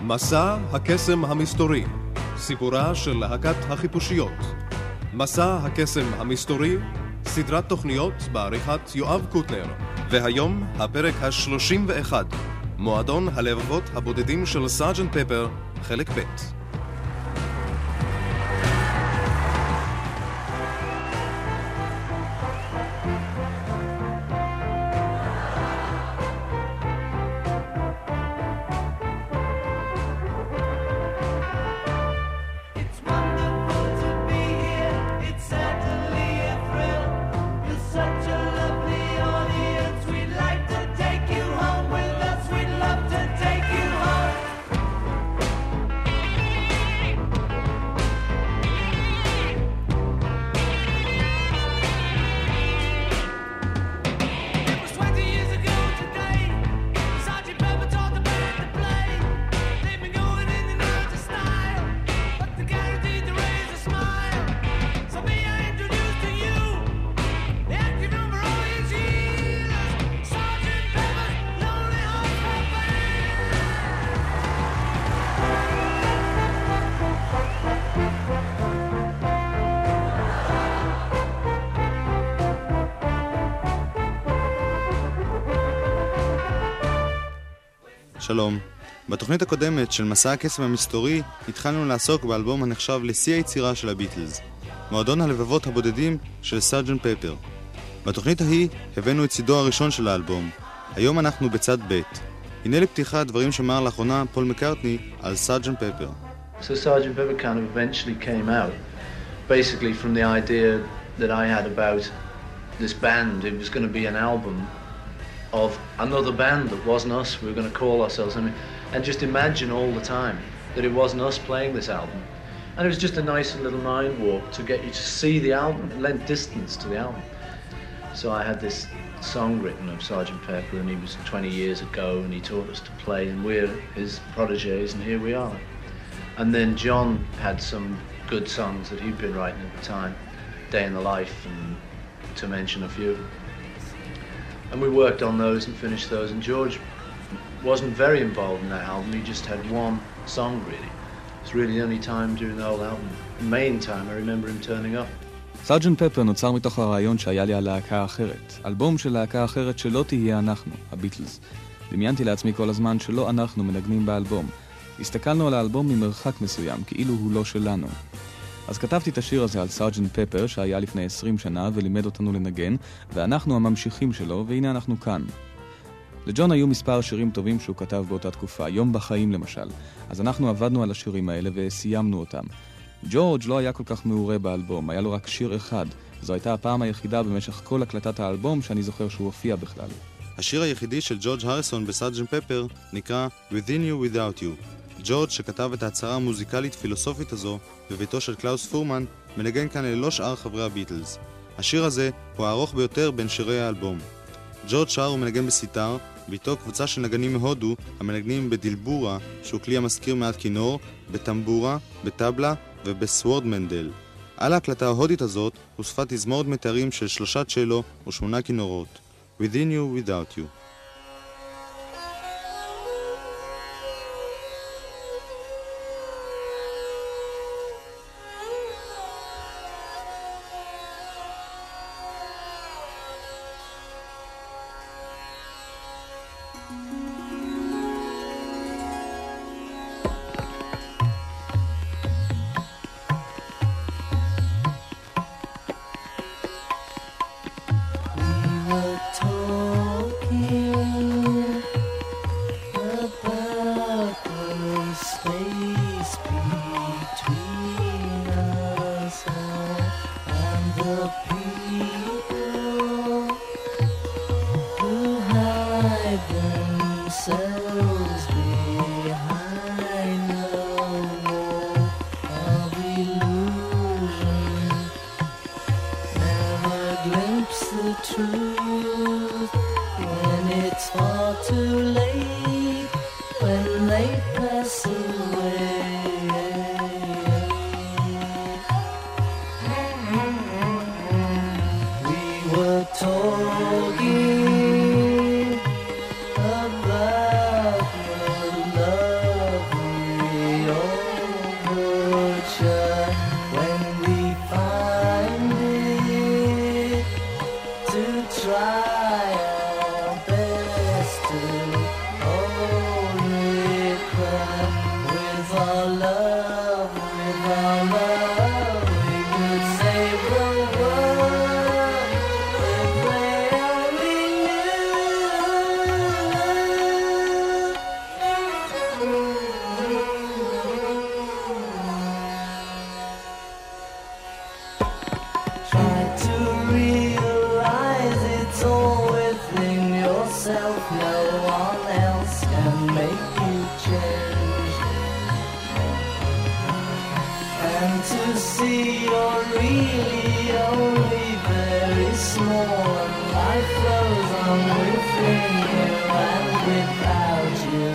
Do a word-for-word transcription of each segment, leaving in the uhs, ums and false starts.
מסע הקסם המסתורי, סיפורה של להקת החיפושיות. מסע הקסם המסתורי, סדרת תוכניות בעריכת יואב קוטנר. והיום הפרק ה-שלושים ואחת, מועדון הלבבות הבודדים של סארג'נט פפר, חלק ב'. שלום. בתוכנית הקודמת של מסע הקסם המסתורי התחלנו לעסוק באלבום הנחשב לשיא היצירה של הביטלס, מועדון הלבבות הבודדים של סארג'נט פפר. בתוכנית ההיא הבאנו את צידו הראשון של האלבום. היום אנחנו בצד ב'. הנה לפתיחה דברים שאמר לאחרונה פול מקארטני על סארג'נט פפר. So Sergeant Pepper kind of eventually came out basically from the idea that I had about this band. It was going to be an album of another band that wasn't us. We were going to call ourselves, I mean, and just imagine all the time that it wasn't us playing this album. And it was just a nice little mind warp to get you to see the album, it lent distance to the album. So I had this song written of Sergeant Pepper, and he was twenty years ago, and he taught us to play, and we're his protégés, and here we are. And then John had some good songs that he'd been writing at the time, Day in the Life, and to mention a few. And we worked on those and finished those, and George wasn't very involved in that album. He just had one song, really. It's really the only time during the whole album, the main time I remember him turning up. סארג'נט פפר נוצר מתוך הרעיון שהיה לי על להקה אחרת, אלבום של להקה אחרת שלא תהיה אנחנו, הביטלס. דמיינתי לעצמי כל הזמן שלא אנחנו מנגנים באלבום. הסתכלנו על האלבום ממרחק מסוים, כאילו הוא לא שלנו. אז כתבתי את השיר הזה על סארג'נט פפר שהיה לפני עשרים שנה ולימד אותנו לנגן, ואנחנו הממשיכים שלו, והנה אנחנו כאן. לג'ון היו מספר שירים טובים שהוא כתב באותה תקופה, יום בחיים למשל. אז אנחנו עבדנו על השירים האלה וסיימנו אותם. ג'ורג' לא היה כל כך מעורה באלבום, היה לו רק שיר אחד. זו הייתה הפעם היחידה במשך כל הקלטת האלבום שאני זוכר שהוא הופיע בכלל. השיר היחידי של ג'ורג' הריסון בסארג'נט פפר נקרא Within You Without You. ג'ורג' שכתב את ההצהרה המוזיקלית פילוסופית הזו בביתו של קלאוס פורמן מנגן כאן ללא שאר חברי הביטלס. השיר הזה הוא הארוך ביותר בין שירי האלבום. ג'ורג' שר ומנגן בסיטר, ביתו קבוצה של נגנים מהודו המנגנים בדילבורה, שהוא כלי המזכיר מעט כינור, בטמבורה, בטבלה ובסוורד מנדל. על ההקלטה ההודית הזאת הוספה תזמורת מתארים של שלושה צ'לו ושמונה כינורות. Within You Without You. Talking yourself, no one else can make you change. And to see you're really only very small, and life flows on within you and without you.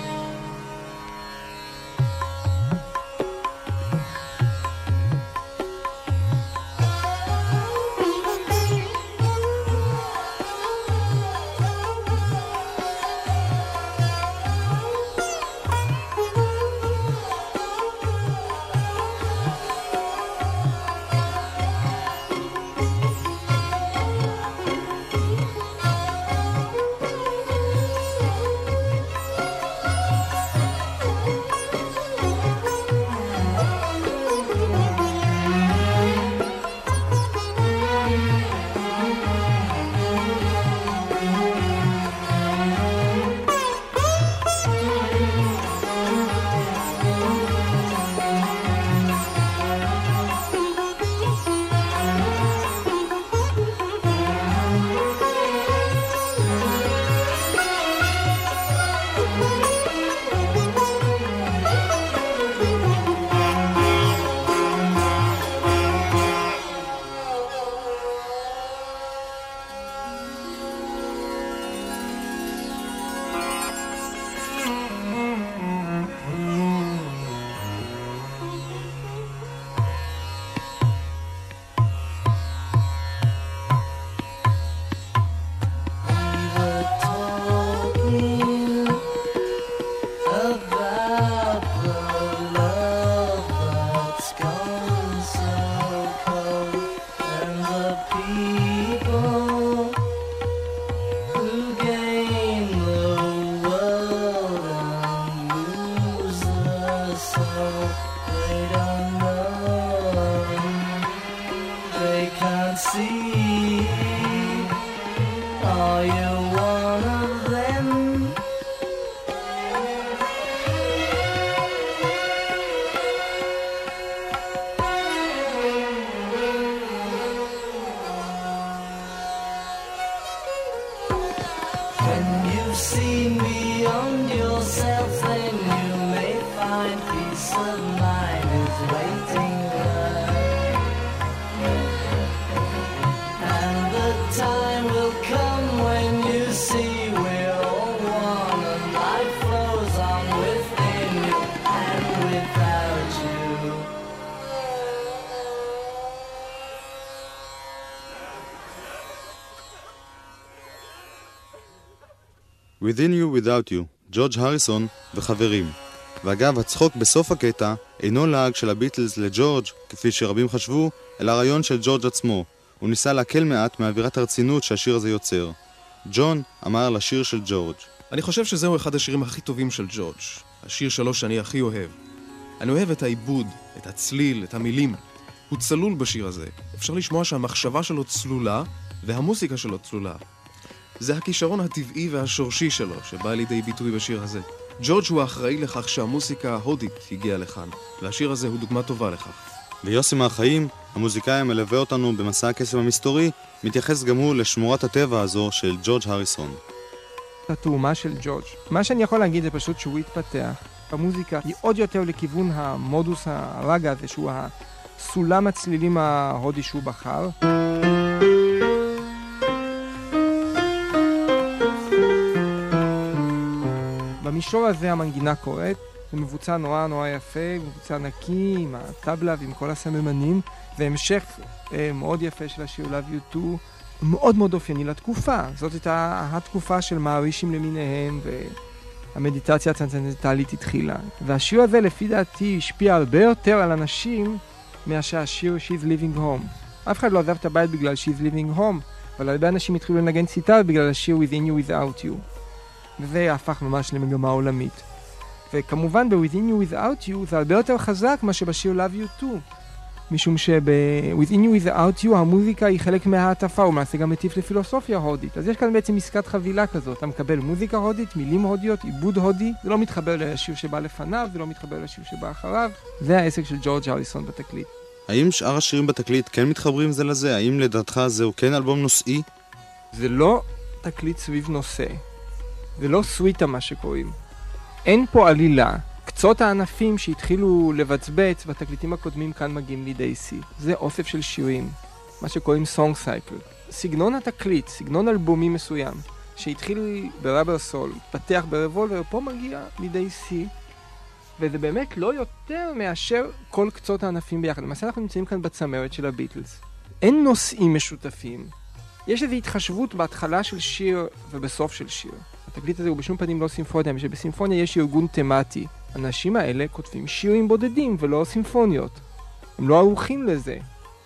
Within You Without You, ג'ורג' הריסון וחברים. ואגב, הצחוק בסוף הקטע אינו לעג של הביטלס לג'ורג' כפי שרבים חשבו, אלא הרעיון של ג'ורג' עצמו. הוא ניסה להקל מעט מאווירת הרצינות שהשיר הזה יוצר. ג'ון אמר לשיר של ג'ורג': אני חושב שזהו אחד השירים הכי טובים של ג'ורג'. השיר שלו שאני הכי אוהב. אני אוהב את העיבוד, את הצליל, את המילים. הוא צלול בשיר הזה. אפשר לשמוע שהמחשבה שלו צלולה והמוסיקה שלו צלולה. זה הכישרון הטבעי והשורשי שלו שבא לידי ביטוי בשיר הזה. ג'ורג' הוא האחראי לכך שהמוסיקה ההודית הגיעה לכאן, והשיר הזה הוא דוגמה טובה לכך. ויוסי מהחיים, המוזיקאי המלווה אותנו במסע הקסם המסתורי, מתייחס גם הוא לשמורת הטבע הזו של ג'ורג' הריסון. התאומה של ג'ורג'. מה שאני יכול להגיד זה פשוט שהוא התפתח. המוזיקה היא עוד יותר לכיוון המודוס הרגע הזה, שהוא הסולם הצלילים ההודי שהוא בחר. במישור הזה המנגינה קורית, זה מבוצע נורא נורא יפה, מבוצע נקי, עם הטבלה ועם כל הסממנים, והמשך אה, מאוד יפה של השיר Love You Too, מאוד מאוד אופייני לתקופה. זאת הייתה התקופה של מערישים למיניהם, והמדיטציה הטרנסצנדנטלית התחילה. והשיר הזה לפי דעתי השפיע הרבה יותר על אנשים מאשר השיר She's Living Home. אף אחד לא עזב את הבית בגלל She's Living Home, אבל הרבה אנשים התחילו לנגן סיטר בגלל השיר Within You Without You. וזה הפך ממש למגמה עולמית. וכמובן ב-Within You Without You זה הרבה יותר חזק מה שבשיר Love You Too. משום שב-Within You Without You המוזיקה היא חלק מהעטפה, הוא מעשה גם מטיף לפילוסופיה הודית. אז יש כאן בעצם עסקת חבילה כזאת. אתה מקבל מוזיקה הודית, מילים הודיות, עיבוד הודי. זה לא מתחבר לשיר שבא לפניו, זה לא מתחבר לשיר שבא אחריו. זה העסק של ג'ורג' הריסון בתקליט. האם שאר השירים בתקליט כן מתחברים זה לזה? האם לדעתך זהו כן אלבום נושאי? זה לא התקליט סביב נושא. זה לא סוויטה מה שקוראים. אין פה עלילה. קצות הענפים שהתחילו לבצבץ בתקליטים הקודמים כאן מגיעים לידי סי. זה אוסף של שירים, מה שקוראים סונג סייקל. סגנון התקליט, סגנון אלבומי מסוים, שהתחיל ברבר סול, התפתח ברבולבר, פה מגיע לידי סי, וזה באמת לא יותר מאשר כל קצות הענפים ביחד. למעשה אנחנו נמצאים כאן בצמרת של הביטלס. אין נושאים משותפים. יש איזו התחשבות בהתחלה של שיר ובסוף של שיר. התקליט הזה הוא בשום פנים לא סימפוניה, שבסימפוניה יש ארגון תמטי. האנשים האלה כותבים שירים בודדים ולא סימפוניות. הם לא ערוכים לזה.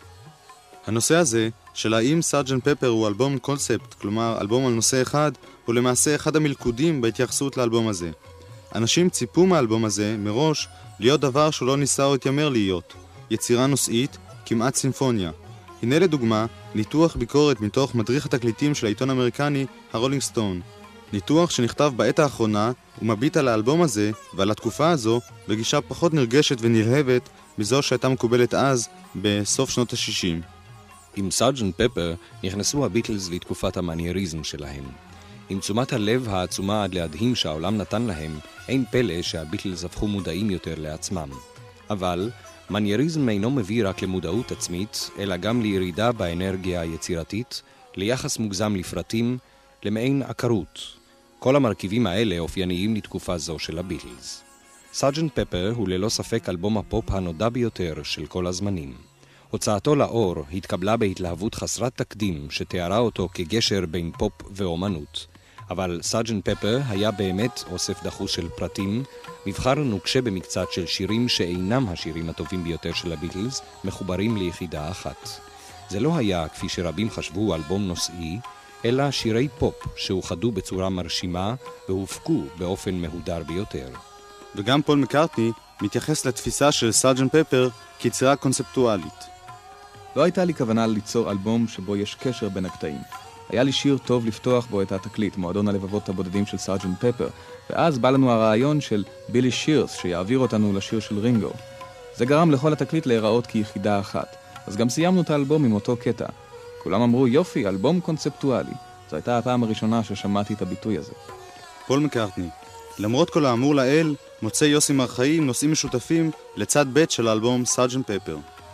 הנושא הזה, של האם סארג'נט פפר הוא אלבום קונספט, כלומר אלבום על נושא אחד, הוא למעשה אחד המלכודים בהתייחסות לאלבום הזה. אנשים ציפו מהאלבום הזה, מראש, להיות דבר שהוא לא ניסה או התיימר להיות. יצירה נושאית, כמעט סימפוניה. הנה לדוגמה, ניתוח ביקורת מתוך מדריך התקליטים של העיתון האמריקני, הרולינג סטון. ניתוח שנכתב בעת האחרונה, ומביט על האלבום הזה ועל התקופה הזו בגישה פחות נרגשת ונלהבת מזו שהייתה מקובלת אז, בסוף שנות ה-שישים. עם סארג'נט פפר נכנסו הביטלס לתקופת המנייריזם שלהם. עם תשומת הלב העצומה עד להדהים שהעולם נתן להם, אין פלא שהביטלס הפכו מודעים יותר לעצמם. אבל מנייריזם אינו מביא רק למודעות עצמית, אלא גם לירידה באנרגיה היצירתית, ליחס מוגזם לפרטים, למעין עקרות. כל המרכיבים האלה אופייניים לתקופה זו של הביטלס. סארג'נט פפר הוא ללא ספק אלבום הפופ הנודע ביותר של כל הזמנים. הוצאתו לאור התקבלה בהתלהבות חסרת תקדים שתיארה אותו כגשר בין פופ ואומנות. אבל סארג'נט פפר היה באמת אוסף דחוס של פרטים, מבחר נוקשה במקצת של שירים שאינם השירים הטובים ביותר של הביטלס, מחוברים ליחידה אחת. זה לא היה, כפי שרבים חשבו, אלבום נושאי, אלא שירי פופ שהוחדו בצורה מרשימה והופקו באופן מהודר ביותר. וגם פול מקארטני מתייחס לתפיסה של סארג'נט פפר כיצירה קונספטואלית. לא הייתה לי כוונה ליצור אלבום שבו יש קשר בין הקטעים. היה לי שיר טוב לפתוח בו את התקליט, מועדון הלבבות הבודדים של סארג'נט פפר, ואז בא לנו הרעיון של בילי שירס שיעביר אותנו לשיר של רינגו. זה גרם לכל התקליט להיראות כיחידה אחת. אז גם סיימנו את האלבום עם אותו קטע. כולם אמרו, יופי, אלבום קונספטואלי. זו הייתה הפעם הראשונה ששמעתי את הביטוי הזה. פול מקארטני, למרות כל האמור לאל, מוצא יוסי מרחאי נושאים משותפים לצד ב' של האלבום סארג'נט פפר.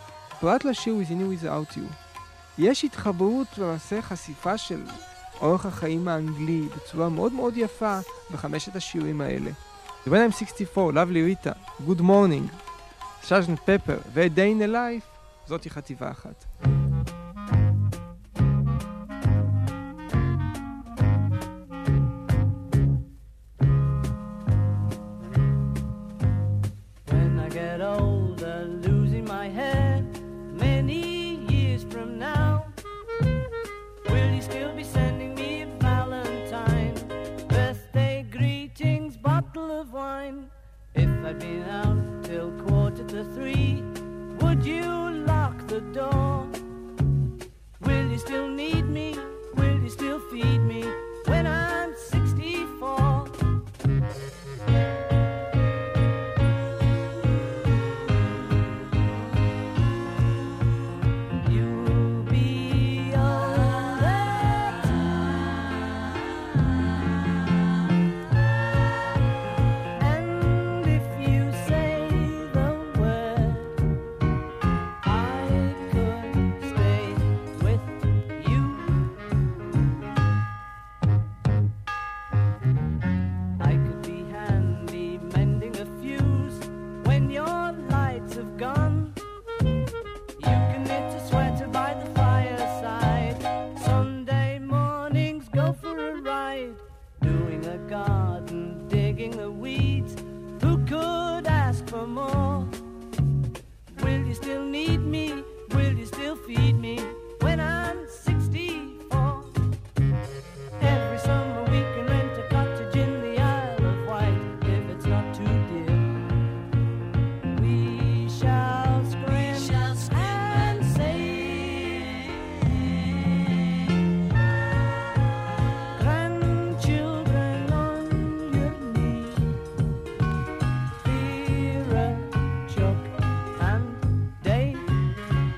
פרט לשיר Within You Without You, יש התחברות למעשה חשיפה של אורח החיים האנגלי בצורה מאוד מאוד יפה בחמשת השירים האלה. ובין הם שישים וארבע, Lovely Rita, Good Morning, סארג'נט פפר ו-A Day in a Life, זאת היא חטיבה אחת. I'd been out till quarter to three. Would you lock the door? Will you still need me? Will you still feed me when I'm sixty-four? You'll be older and if you say the word, I could stay with you. I could be handy mending a fuse when your lights have gone. You can knit a sweater by the fireside. Sunday mornings go for a ride, doing a garden, digging the weeds. Who could ask for more? Will you still need me? Will you still feed me when I'm sixty-four? Every summer we can rent a cottage in the Isle of Wight if it's not too dear. We shall scream and say, grandchildren on your knee, Vera, Chuck and Dave.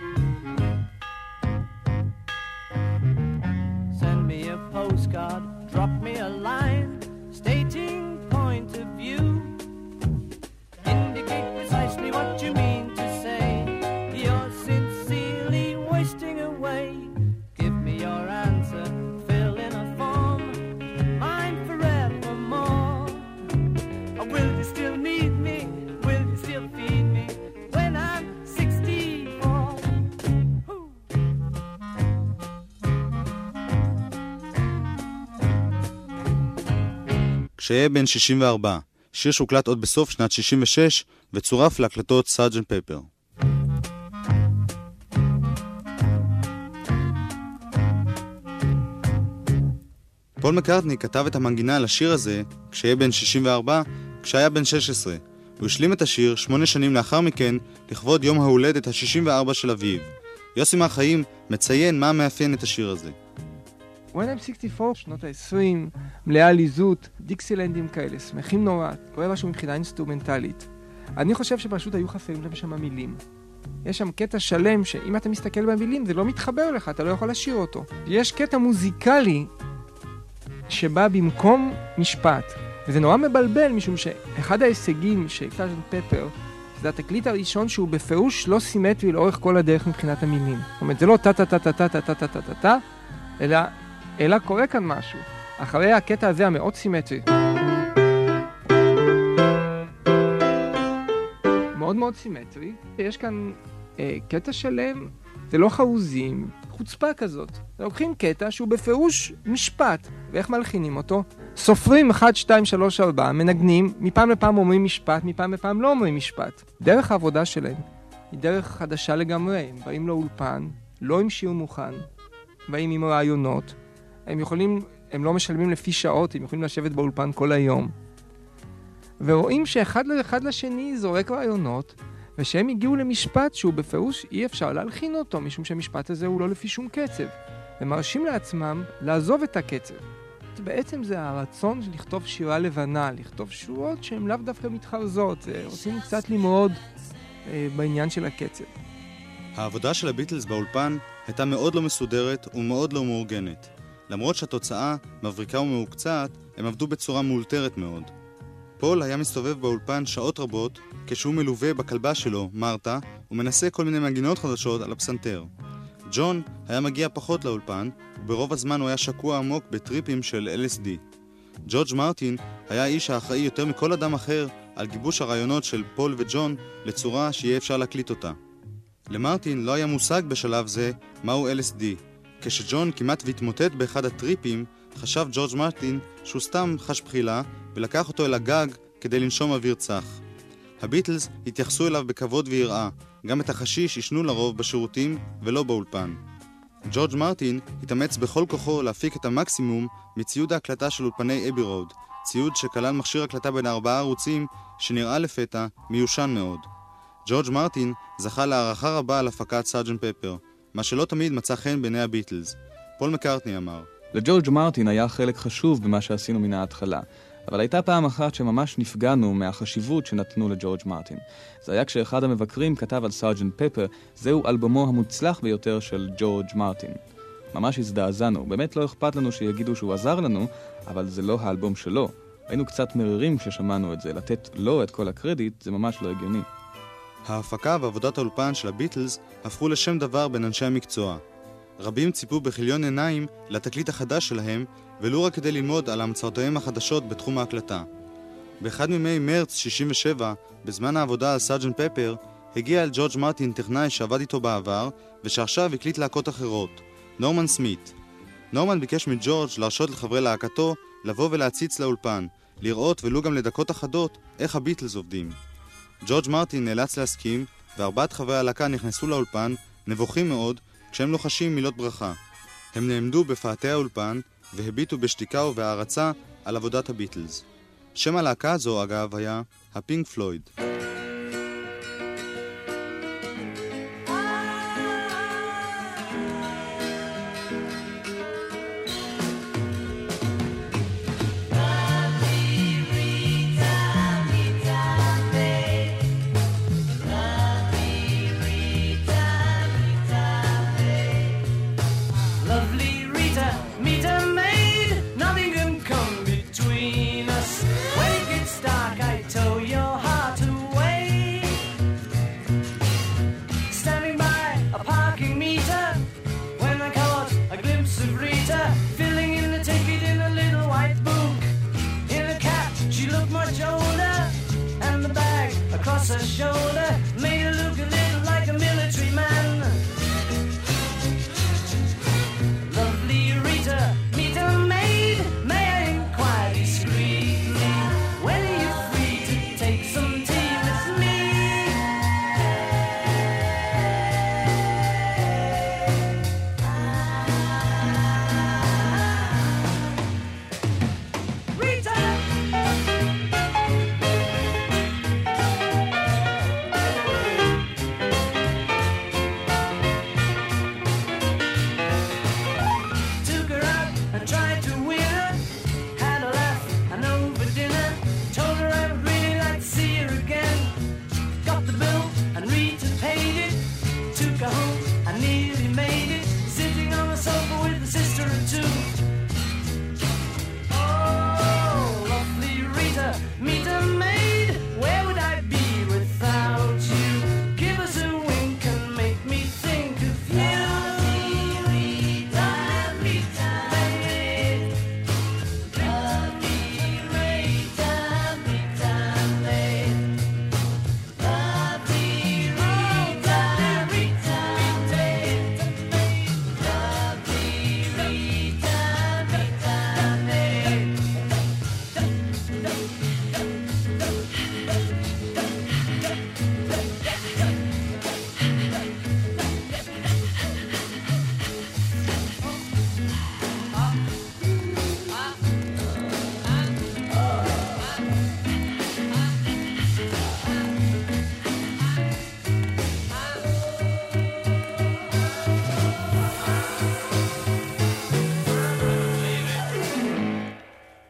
drop me a line stating point of view. Indicate precisely what you mean to say. You're sincerely wasting away. Give me your answer, fill in a form, mine forevermore. Or will you still need me? Will you still feed me when I'm sixty-four? Woo. כשהיה בן שישים וארבע, שיר שהוקלט עוד בסוף שנת שישים ושש וצורף להקלטות סארג'נט פפר. פול מקארטני כתב את המנגינה לשיר הזה כשהיה בן שישים וארבע, כשהיה בן שש עשרה. הוא השלים את השיר שמונה שנים לאחר מכן לכבוד יום ההולדת ה-שישים וארבע של אביו. יוסי מהחיים מציין מה מאפיין את השיר הזה. When I'm sixty-four, שנות ה-עשרים, מלאה ליזות, דיקסילנדים כאלה, שמחים נורא, קורה משהו מבחינה אינסטרומנטלית. אני חושב שפשוט היו חסרים להם שם המילים. יש שם קטע שלם שאם אתה מסתכל במילים זה לא מתחבר לך, אתה לא יכול לשיר אותו. יש קטע מוזיקלי שבא במקום משפט, וזה נורא מבלבל משום שאחד ההישגים של סארג'נט פפר זה התקליט הראשון שהוא בפירוש לא סימטרי לאורך כל הדרך מבחינת המילים. זאת אומרת, זה לא טה טה טה טה טה טה טה טה טה טה, אלא אלא קורה כאן משהו. אחרי הקטע הזה המאוד סימטרי. מאוד מאוד סימטרי. יש כאן אה, קטע שלם, זה לא חרוזים, חוצפה כזאת. לוקחים קטע שהוא בפירוש משפט, ואיך מלחינים אותו? סופרים אחת, שתיים, שלוש, ארבע, מנגנים, מפעם לפעם אומרים משפט, מפעם לפעם לא אומרים משפט. דרך העבודה שלהם היא דרך חדשה לגמרי. הם באים לאולפן, לא עם שיר מוכן, באים עם רעיונות, הם יכולים, הם לא משלמים לפי שעות, הם יכולים לשבת באולפן כל היום. ורואים שאחד לאחד לשני זורק רעיונות, ושהם הגיעו למשפט שהוא בפירוש אי אפשר להלחין אותו, משום שהמשפט הזה הוא לא לפי שום קצב. ומרשים לעצמם לעזוב את הקצב. בעצם זה הרצון לכתוב שירה לבנה, לכתוב שורות שהן לאו דווקא מתחרזות, רוצים קצת למרוד אה, בעניין של הקצב. העבודה של הביטלס באולפן הייתה מאוד לא מסודרת ומאוד לא מאורגנת. למרות שהתוצאה מבריקה ומהוקצעת, הם עבדו בצורה מאולתרת מאוד. פול היה מסתובב באולפן שעות רבות, כשהוא מלווה בכלבה שלו, מרתה, ומנסה כל מיני מנגינות חדשות על הפסנתר. ג'ון היה מגיע פחות לאולפן, וברוב הזמן הוא היה שקוע עמוק בטריפים של אל אס די. ג'ורג' מרטין היה האיש האחראי יותר מכל אדם אחר על גיבוש הרעיונות של פול וג'ון לצורה שיהיה אפשר להקליט אותה. למרטין לא היה מושג בשלב זה מהו אל אס די. כשג'ון כמעט והתמוטט באחד הטריפים, חשב ג'ורג' מרטין שהוא סתם חש בחילה ולקח אותו אל הגג כדי לנשום אוויר צח. הביטלס התייחסו אליו בכבוד ויראה, גם את החשיש ישנו לרוב בשירותים ולא באולפן. ג'ורג' מרטין התאמץ בכל כוחו להפיק את המקסימום מציוד ההקלטה של אולפני אבי רוד, ציוד שכלל מכשיר הקלטה בין ארבעה ערוצים שנראה לפתע מיושן מאוד. ג'ורג' מרטין זכה להערכה רבה על הפקת סארג'נט פפר, מה שלא תמיד מצא חן בעיני הביטלס. פול מקארטני אמר, לג'ורג' מרטין היה חלק חשוב במה שעשינו מן ההתחלה, אבל הייתה פעם אחת שממש נפגענו מהחשיבות שנתנו לג'ורג' מרטין. זה היה כשאחד המבקרים כתב על סארג'נט פפר, זהו אלבומו המוצלח ביותר של ג'ורג' מרטין. ממש הזדעזענו, באמת לא אכפת לנו שיגידו שהוא עזר לנו, אבל זה לא האלבום שלו. היינו קצת מרירים כששמענו את זה, לתת לו את כל הקרדיט זה ממש לא הגיוני. ההפקה ועבודת האולפן של הביטלס הפכו לשם דבר בין אנשי המקצוע. רבים ציפו בכיליון עיניים לתקליט החדש שלהם, ולא רק כדי ללמוד על המצאותיהם החדשות בתחום ההקלטה. באחד מימי מרץ שישים ושבע, בזמן העבודה על סארג'נט פפר, הגיע אל ג'ורג' מרטין טכנאי שעבד איתו בעבר, ושעכשיו הקליט להקות אחרות, נורמן סמית. נורמן ביקש מג'ורג' להרשות לחברי להקתו לבוא ולהציץ לאולפן, לראות ולו גם לדקות אחדות איך הביטלס עובדים. ג'ורג' מרטין נאלץ להסכים, וארבעת חברי הלהקה נכנסו לאולפן, נבוכים מאוד, כשהם לוחשים מילות ברכה. הם נעמדו בפאתי האולפן, והביטו בשתיקה ובהערצה על עבודת הביטלס. שם הלהקה הזו, אגב, היה הפינק פלויד. Lovely Rita, meet a maid, nothing can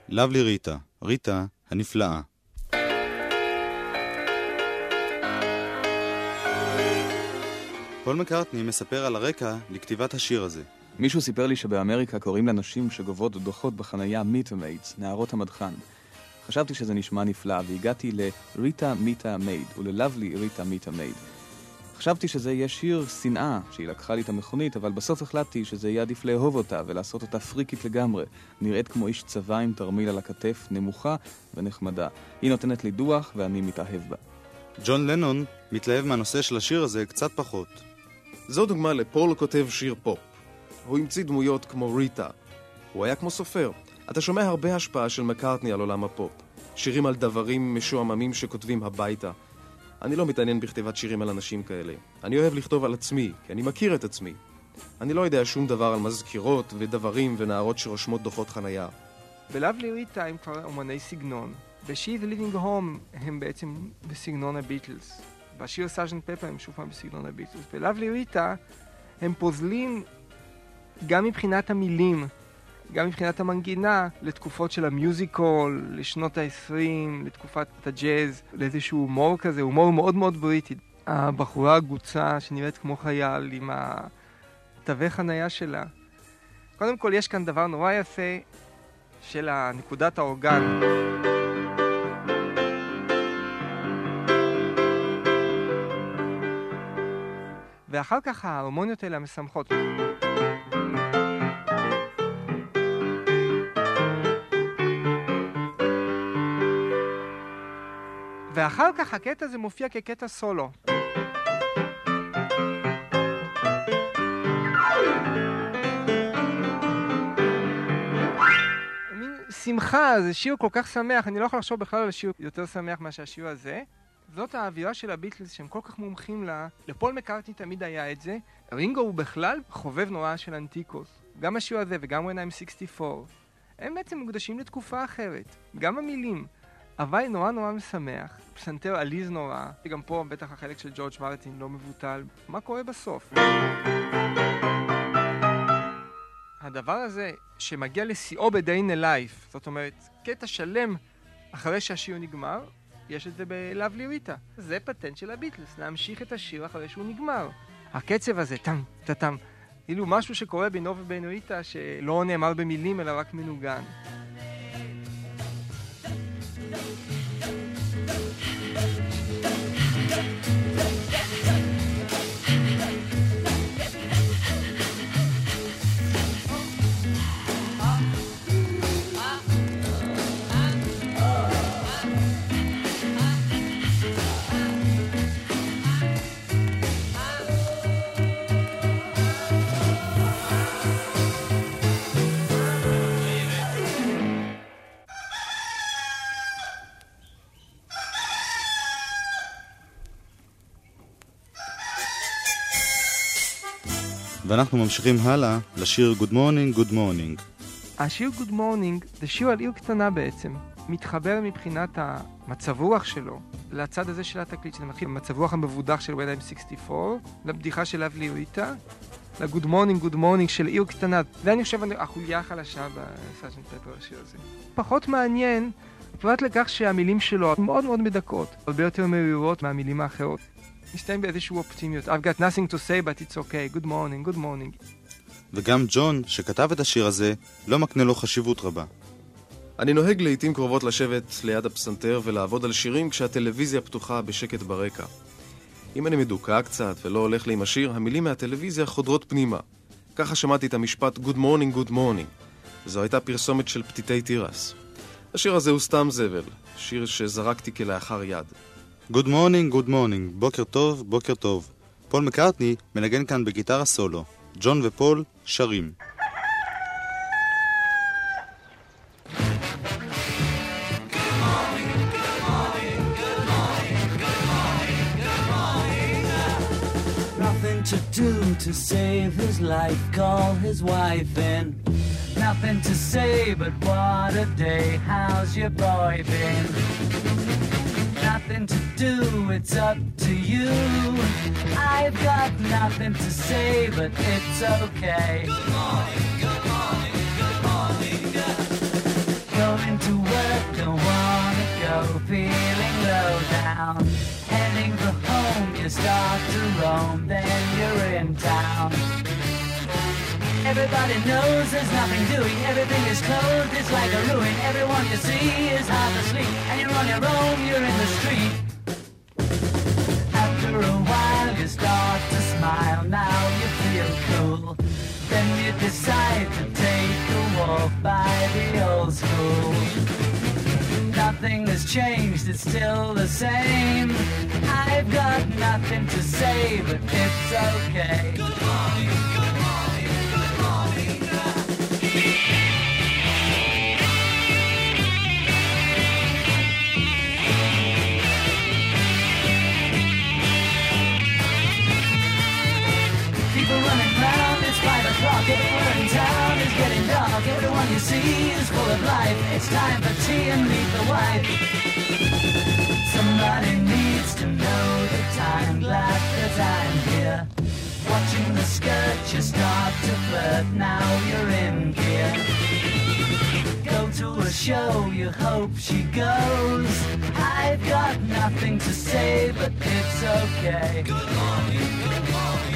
Lovely ריטה, ריטה הנפלאה. פול מקארטני מספר על הרקע לכתיבת השיר הזה. מישהו סיפר לי שבאמריקה קוראים לנשים שגובות דוחות בחנייה מיטה מיידס, נערות המדחן. חשבתי שזה נשמע נפלא, והגעתי לריטה מיטה מייד, וללבלי ריטה מיטה מייד. חשבתי שזה יהיה שיר שנאה, שהיא לקחה לי את המכונית, אבל בסוף החלטתי שזה יהיה עדיף לאהוב אותה, ולעשות אותה פריקית לגמרי. נראית כמו איש צבא עם תרמיל על הכתף, נמוכה ונחמדה. היא נותנת לי דוח, ואני מתאהב בה. ג'ון לנון מתלהב מהנושא של השיר הזה קצת פחות. זו דוגמה לפול כותב שיר פופ. הוא המציא דמויות כמו ריטה. הוא היה כמו סופר. אתה שומע הרבה השפעה של מקארטני על עולם הפופ. שירים על דברים משועממים שכותבים הביתה. אני לא מתעניין בכתיבת שירים על אנשים כאלה. אני אוהב לכתוב על עצמי, כי אני מכיר את עצמי. אני לא יודע שום דבר על מזכירות ודברים ונערות שרושמות דוחות חנייה. בלבלי ריטה הם כבר אומני סגנון. ב-She's Living Home הם בעצם בסגנון הביטלס. בשיר סארג'נט פפר הם שוב פעם בסגנון הביטלס. בלבלי ריטה הם פוזלים גם מבחינת המילים, גם מבחינת המנגינה, לתקופות של המיוזיקול, לשנות ה-עשרים, לתקופת הג'אז, לאיזשהו הומור כזה, הומור מאוד מאוד בריטי. הבחורה הגוצה שנראית כמו חייל עם התווי חנייה שלה. קודם כל יש כאן דבר נורא יפה של נקודת האורגן. ואחר כך ההרמוניות האלה המשמחות. ואחר כך הקטע הזה מופיע כקטע סולו. מין שמחה, זה שיר כל כך שמח, אני לא יכול לחשוב בכלל על שיר יותר שמח מה שהשיר הזה. זאת האווירה של הביטלס שהם כל כך מומחים לה. לפול מקארטני תמיד היה את זה. רינגו הוא בכלל חובב נורא של אנטיקוס. גם השיר הזה וגם When I'm sixty-four. הם בעצם מוקדשים לתקופה אחרת. גם המילים. הוואי נורא נורא משמח. פסנתר עליז נורא. גם פה בטח החלק של ג'ורג' מרטין לא מבוטל. מה קורה בסוף? הדבר הזה שמגיע לשיאו ב-Day in a Life, זאת אומרת, קטע שלם אחרי שהשיר נגמר, יש את זה בלבלי ריטה. זה פטנט של הביטלס, להמשיך את השיר אחרי שהוא נגמר. הקצב הזה, טם, טם, כאילו משהו שקורה בינו ובין ריטה שלא נאמר במילים אלא רק מנוגן. ואנחנו ממשיכים הלאה לשיר Good Morning, Good Morning. השיר Good Morning זה שיר על עיר קטנה בעצם. מתחבר מבחינת המצב רוח שלו לצד הזה של התקליט, שזה מתחיל במצב רוח המבודח של When I'm sixty-four, לבדיחה של לבלי ריטה, ל-Good Morning, Good Morning של עיר קטנה. ואני חושב החוליה החלשה בסארג'נט פפר השיר הזה. פחות מעניין, פרט לכך שהמילים שלו מאוד מאוד מדכאות, הרבה יותר מהירות מהמילים האחרות. מסתיים באיזשהו אופטימיות. I've got nothing to say, but it's okay. Good morning, good morning. וגם ג'ון, שכתב את השיר הזה, לא מקנה לו חשיבות רבה. אני נוהג לעתים קרובות לשבת ליד הפסנתר ולעבוד על שירים כשהטלוויזיה פתוחה בשקט ברקע. אם אני מדוכא קצת ולא הולך לי עם השיר, המילים מהטלוויזיה חודרות פנימה. ככה שמעתי את המשפט Good morning, good morning. זו הייתה פרסומת של פתיתי תירס. השיר הזה הוא סתם זבל, שיר שזרקתי כלאחר יד. Good morning, good morning, בוקר טוב, בוקר טוב. פול מקארטני מנגן כאן בגיטרה סולו. ג'ון ופול שרים. Nothing to do to save his life, call his wife in. Nothing to say but what a day, how's your boy been? Nothing to do, it's up to you. I've got nothing to say, but it's okay. Good morning, good morning, good morning. Going to Everybody knows there's nothing doing. Everything is closed, it's like a ruin. Everyone you see is half asleep. And you're on your own, you're in the street. After a while you start to smile. Now you feel cool. Then you decide to take a walk by the old school. Nothing has changed, it's still the same. I've got nothing to say, but it's okay. Good morning, good morning, good morning. People running round, it's five o'clock. Everywhere in town is getting dark. Everyone you see is full of life. It's time for tea and meet the wife. Somebody needs to know the time. Glad that I'm here. Watching the skirt, you start to flirt. Now you're in gear. Go to a show, you hope she goes. I've got nothing to say, but it's okay. Good morning, good morning.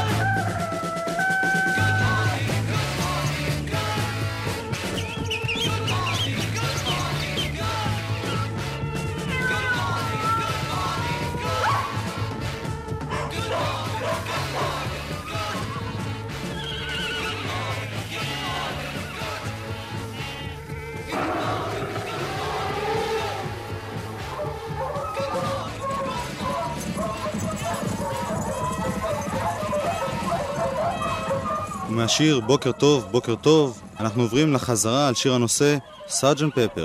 ומהשיר בוקר טוב, בוקר טוב, אנחנו עוברים לחזרה על שיר הנושא סארג'נט פפר.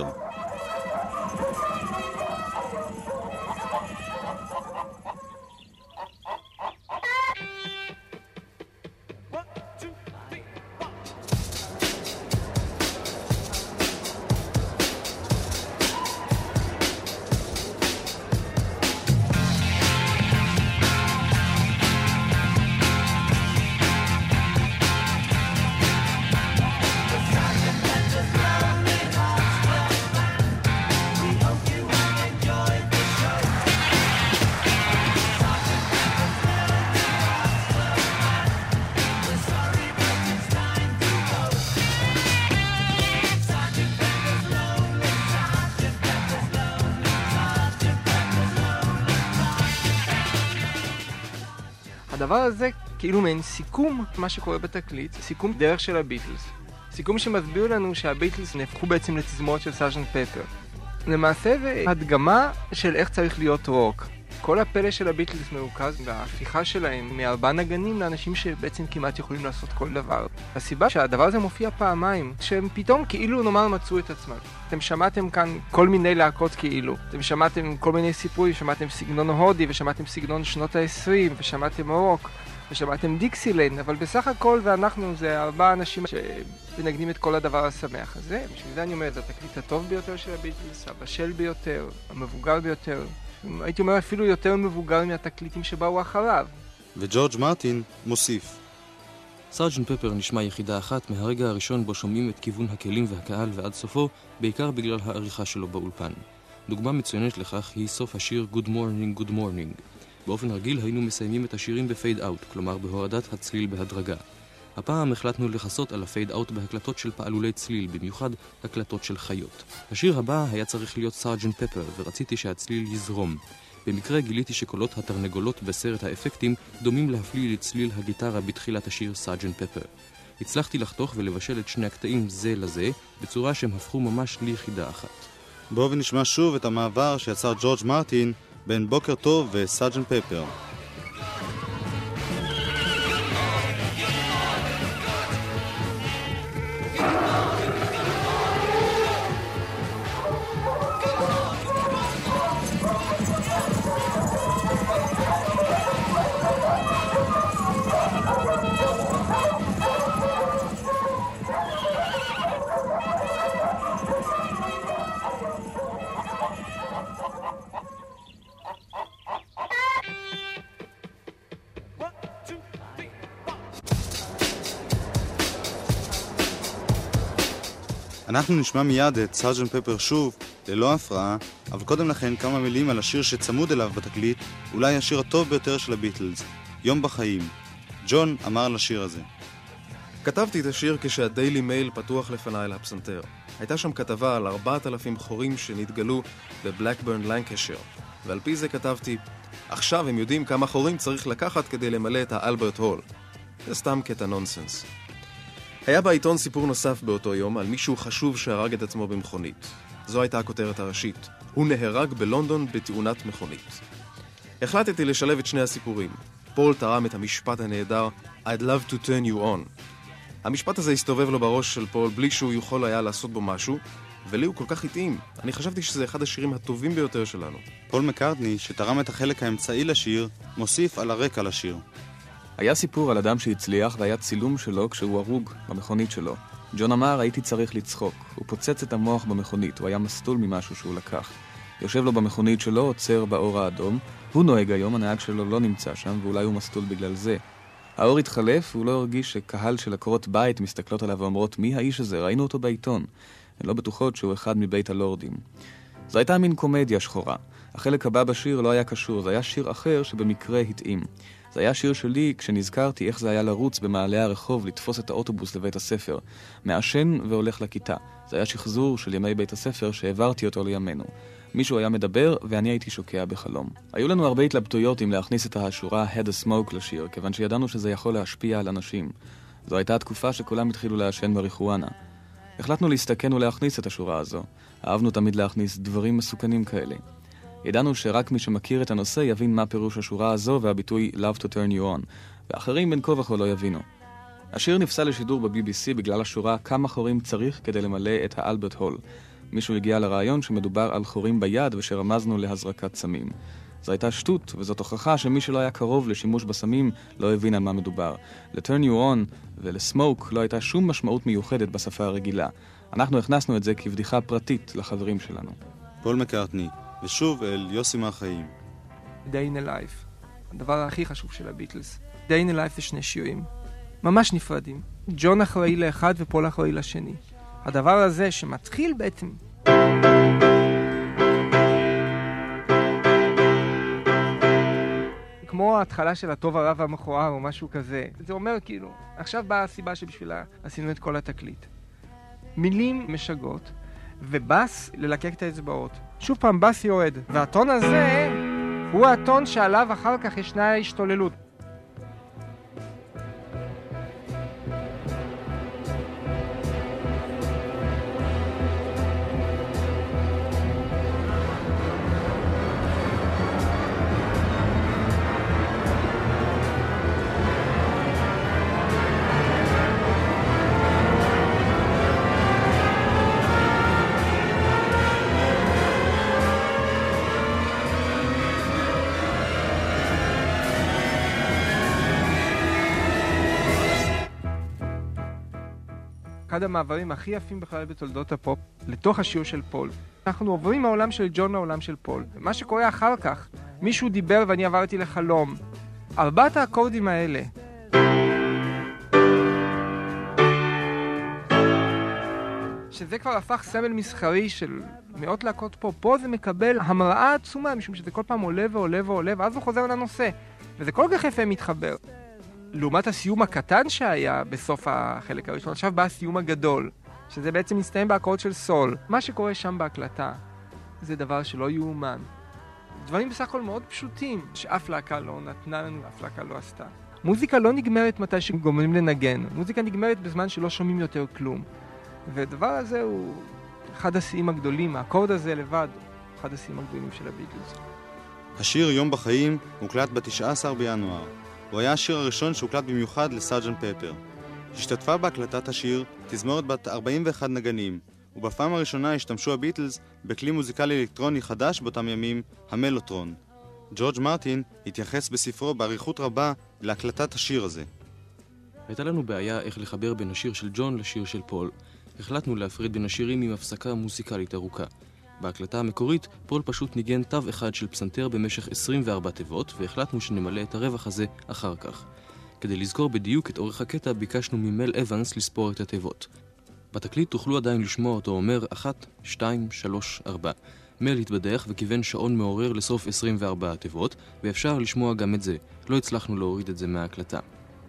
הדבר הזה כאילו מעין סיכום מה שקורה בתקליט, סיכום דרך של הביטלס. סיכום שמסביר לנו שהביטלס נהפכו בעצם לתזמורת של סארג'נט פפר. למעשה זה הדגמה של איך צריך להיות רוק. כל הפלא של הביטלס מרוכז בהפיכה שלהם מארבעה נגנים לאנשים שבעצם כמעט יכולים לעשות כל דבר. הסיבה שהדבר הזה מופיע פעמיים, שהם פתאום כאילו נאמר מצאו את עצמם. אתם שמעתם כאן כל מיני להקות כאילו. אתם שמעתם כל מיני סיפורים, שמעתם סגנון הודי ושמעתם סגנון שנות ה-עשרים ושמעתם רוק ושמעתם דיקסילנד, אבל בסך הכל ואנחנו זה ארבעה אנשים שמנגנים את כל הדבר השמח הזה. בשביל זה אני אומר, זה התקליט הטוב ביותר של הביטלס, הבשל ביותר, המבוגר ביותר. הייתי אומר אפילו יותר מבוגר מהתקליטים שבאו אחריו. וג'ורג' מרטין מוסיף. סארג'נט פפר נשמע יחידה אחת מהרגע הראשון בו שומעים את כיוון הכלים והקהל ועד סופו, בעיקר בגלל העריכה שלו באולפן. דוגמה מצוינת לכך היא סוף השיר Good Morning, Good Morning. באופן רגיל היינו מסיימים את השירים בפייד אאוט, כלומר בהורדת הצליל בהדרגה. הפעם החלטנו לחסות על הפייד אאוט בהקלטות של פעלולי צליל, במיוחד הקלטות של חיות. השיר הבא היה צריך להיות סארג'נט פפר, ורציתי שהצליל יזרום. במקרה גיליתי שקולות התרנגולות בסרט האפקטים דומים להפליא לצליל הגיטרה בתחילת השיר סארג'נט פפר. הצלחתי לחתוך ולבשל את שני הקטעים זה לזה, בצורה שהם הפכו ממש ליחידה אחת. בואו ונשמע שוב את המעבר שיצר ג'ורג' מרטין בין בוקר טוב וסארג'נט פפר. אנחנו נשמע מיד את סארג'נט פפר שוב, ללא הפרעה, אבל קודם לכן כמה מילים על השיר שצמוד אליו בתקליט, אולי השיר הטוב ביותר של הביטלס, יום בחיים. ג'ון אמר לשיר הזה. כתבתי את השיר כשהדיילי מייל פתוח לפניי לפסנתר. הייתה שם כתבה על ארבעת אלפים חורים שנתגלו בבלקברן לנקשר, ועל פי זה כתבתי, עכשיו הם יודעים כמה חורים צריך לקחת כדי למלא את האלברט הול. זה סתם קטע נונסנס. היה בעיתון סיפור נוסף באותו יום על מישהו חשוב שהרג את עצמו במכונית. זו הייתה הכותרת הראשית. הוא נהרג בלונדון בתאונת מכונית. החלטתי לשלב את שני הסיפורים. פול תרם את המשפט הנהדר I'd love to turn you on. המשפט הזה הסתובב לו בראש של פול בלי שהוא יכול היה לעשות בו משהו, ולי הוא כל כך התאים. אני חשבתי שזה אחד השירים הטובים ביותר שלנו. פול מקארטני, שתרם את החלק האמצעי לשיר, מוסיף על הרקע לשיר. היה סיפור על אדם שהצליח והיה צילום שלו כשהוא הרוג במכונית שלו. ג'ון אמר, הייתי צריך לצחוק. הוא פוצץ את המוח במכונית, הוא היה מסטול ממשהו שהוא לקח. יושב לו במכונית שלו, עוצר באור האדום. הוא נוהג היום, הנהג שלו לא נמצא שם, ואולי הוא מסטול בגלל זה. האור התחלף, והוא לא הרגיש שקהל של עקרות בית מסתכלות עליו ואומרות, מי האיש הזה? ראינו אותו בעיתון. הן לא בטוחות שהוא אחד מבית הלורדים. זו הייתה מין קומדיה שחורה. החלק הבא בשיר לא היה קשור, זה היה שיר אחר שבמקרה התאים. זה היה שיר שלי כשנזכרתי איך זה היה לרוץ במעלה הרחוב, לתפוס את האוטובוס לבית הספר. מעשן והולך לכיתה. זה היה שחזור של ימי בית הספר שהעברתי אותו לימינו. מישהו היה מדבר ואני הייתי שוקע בחלום. היו לנו הרבה התלבטויות אם להכניס את השורה Had a Smoke לשיר, כיוון שידענו שזה יכול להשפיע על אנשים. זו הייתה התקופה שכולם התחילו לעשן מריחואנה. החלטנו להסתכן ולהכניס את השורה הזו. אהבנו תמיד להכניס דברים מסוכנים כאלה. ידענו שרק מי שמכיר את הנושא יבין מה פירוש השורה הזו והביטוי Love to turn you on, ואחרים בין כה וכה לא יבינו. השיר נפסל לשידור ב-בי בי סי בגלל השורה כמה חורים צריך כדי למלא את האלברט הול. מישהו הגיע לרעיון שמדובר על חורים ביד ושרמזנו להזרקת סמים. זו הייתה שטות, וזאת הוכחה שמי שלא היה קרוב לשימוש בסמים לא הבין על מה מדובר. ל-turn you on ול-smoke לא הייתה שום משמעות מיוחדת בשפה הרגילה. אנחנו הכנסנו את זה כבדיחה פרטית לחברים שלנו. פול מקארטני, ושוב אל יוסי מהחיים. Day in a Life, הדבר הכי חשוב של הביטלס. Day in a Life זה שני שירים, ממש נפרדים. ג'ון אחראי לאחד ופול אחראי לשני. הדבר הזה שמתחיל בעצם כמו ההתחלה של הטוב הרע והמכוער או משהו כזה. זה אומר כאילו, עכשיו באה הסיבה שבשבילה עשינו את כל התקליט. מילים משגעות, ובס ללקק את האצבעות. שוב פעם בס יורד, והטון הזה הוא הטון שעליו אחר כך ישנה השתוללות. אחד המעברים הכי יפים בכלל בתולדות הפופ לתוך השיר של פול. אנחנו עוברים מהעולם של ג'ון לעולם של פול. ומה שקורה אחר כך, מישהו דיבר ואני עברתי לחלום. ארבעת האקורדים האלה. שזה כבר הפך סמל מסחרי של מאות להקות פופ. פה זה מקבל המראה עצומה, משום שזה כל פעם עולה ועולה ועולה, ואז הוא חוזר לנושא. וזה כל כך יפה מתחבר. לעומת הסיום הקטן שהיה בסוף החלק הראשון, עכשיו בא הסיום הגדול, שזה בעצם מסתיים באקורד של סול. מה שקורה שם בהקלטה זה דבר שלא יאומן. דברים בסך הכל מאוד פשוטים, שאף להקה לא נתנה לנו, אף להקה לא עשתה. מוזיקה לא נגמרת מתי שגומרים לנגן, מוזיקה נגמרת בזמן שלא שומעים יותר כלום. והדבר הזה הוא אחד השיאים הגדולים, האקורד הזה לבד, אחד השיאים הגדולים של הביטלס. השיר יום בחיים הוקלט ב-תשעה עשר בינואר. הוא היה השיר הראשון שהוקלט במיוחד לסארג'נט פפר. השתתפה בהקלטת השיר תזמורת בת ארבעים ואחד נגנים, ובפעם הראשונה השתמשו הביטלס בכלי מוזיקלי אלקטרוני חדש באותם ימים, המלוטרון. ג'ורג' מרטין התייחס בספרו בעריכות רבה להקלטת השיר הזה. הייתה לנו בעיה איך לחבר בין השיר של ג'ון לשיר של פול. החלטנו להפריד בין השירים עם הפסקה מוזיקלית ארוכה. בהקלטה המקורית, פול פשוט ניגן תו אחד של פסנתר במשך עשרים וארבע תיבות, והחלטנו שנמלא את הרווח הזה אחר כך. כדי לזכור בדיוק את אורך הקטע, ביקשנו ממל אבנס לספור את התיבות. בתקליט תוכלו עדיין לשמוע אותו אומר אחת, שתיים, שלוש, ארבע. מל התבדח וכיוון שעון מעורר לסוף עשרים וארבע תיבות, ואפשר לשמוע גם את זה. לא הצלחנו להוריד את זה מההקלטה.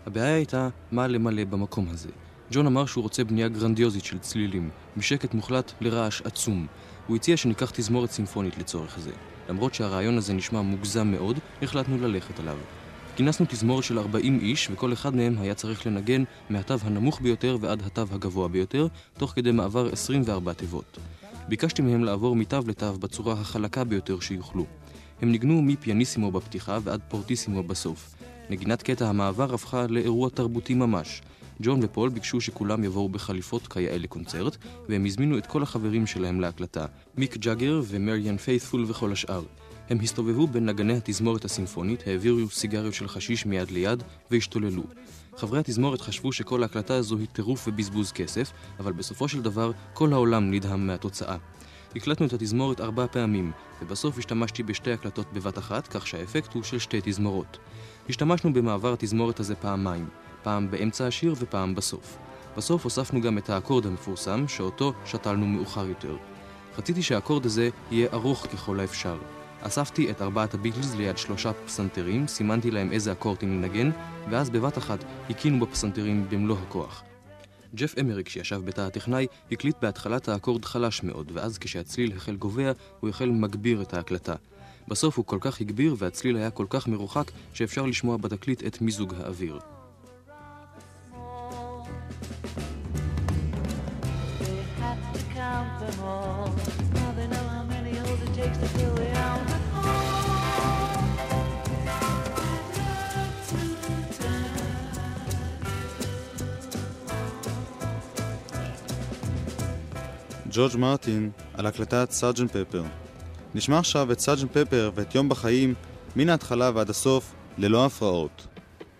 הבעיה הייתה מה למלא במקום הזה. ג'ון אמר שהוא רוצה בנייה גרנדיוזית של צלילים, משקט מוחלט לרעש עצום. הוא הציע שניקח תזמורת סימפונית לצורך זה. למרות שהרעיון הזה נשמע מוגזם מאוד, החלטנו ללכת עליו. כינסנו תזמורת של ארבעים איש, וכל אחד מהם היה צריך לנגן מהתו הנמוך ביותר ועד התו הגבוה ביותר, תוך כדי מעבר עשרים וארבע תיבות. ביקשתי מהם לעבור מתו לתו בצורה החלקה ביותר שיוכלו. הם ניגנו מפיאניסימו בפתיחה ועד פורטיסימו בסוף. נגינת קטע המעבר הפכה לאירוע תרבותי ממש. ג'ון ופול ביקשו שכולם יבואו בחליפות כיאה לקונצרט, והם הזמינו את כל החברים שלהם להקלטה, מיק ג'אגר ומריאן פיית'פול וכל השאר. הם הסתובבו בין נגני התזמורת הסימפונית, העבירו סיגריות של חשיש מיד ליד והשתוללו. חברי התזמורת חשבו שכל ההקלטה הזו היא טירוף ובזבוז כסף, אבל בסופו של דבר כל העולם נדהם מהתוצאה. הקלטנו את התזמורת ארבע פעמים, ובסוף השתמשתי בשתי הקלטות בבת אחת, כך שהאפקט הוא של שתי תזמורות. השתמשנו במעבר התזמורת הזה פעמיים, פעם באמצע השיר ופעם בסוף. בסוף הוספנו גם את האקורד המפורסם, שאותו שתלנו מאוחר יותר. רציתי שהאקורד הזה יהיה ארוך ככל האפשר. אספתי את ארבעת הביטלס ליד שלושה פסנתרים, סימנתי להם איזה אקורדים לנגן, ואז בבת אחת הקינו בפסנתרים במלוא הכוח. ג'ף אמריק שישב בתא הטכנאי הקליט בהתחלת האקורד חלש מאוד, ואז כשהצליל החל גובע הוא החל מגביר את ההקלטה. בסוף הוא כל כך הגביר והצליל היה כל כך מרוחק שאפשר לשמוע בתקליט את מיזוג האוויר. ג'ורג' מרטין על הקלטת סארג'נט פפר. נשמע עכשיו את סארג'נט פפר ואת יום בחיים מן ההתחלה ועד הסוף ללא הפרעות.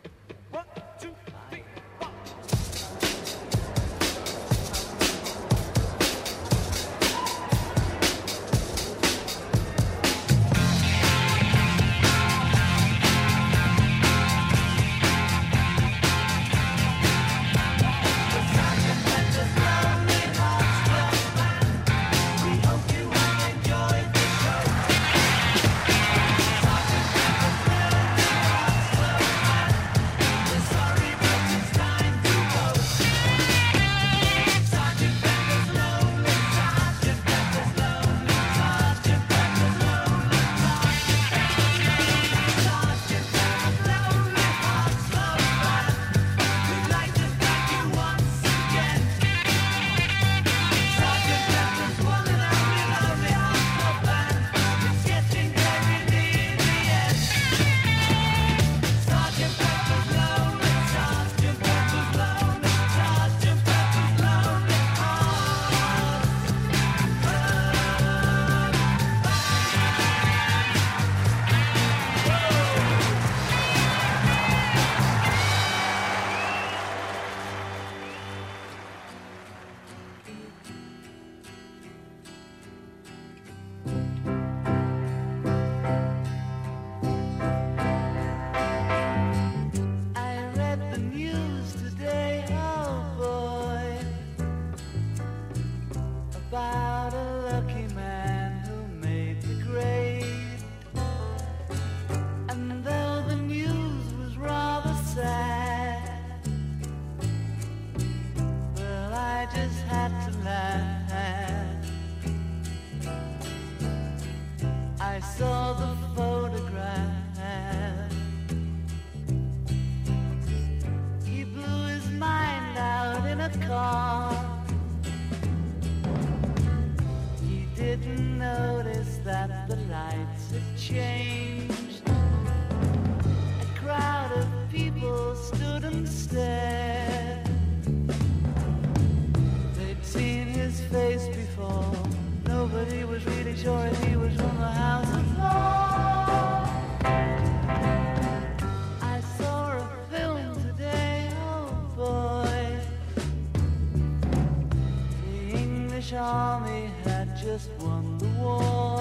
Army had just won the war.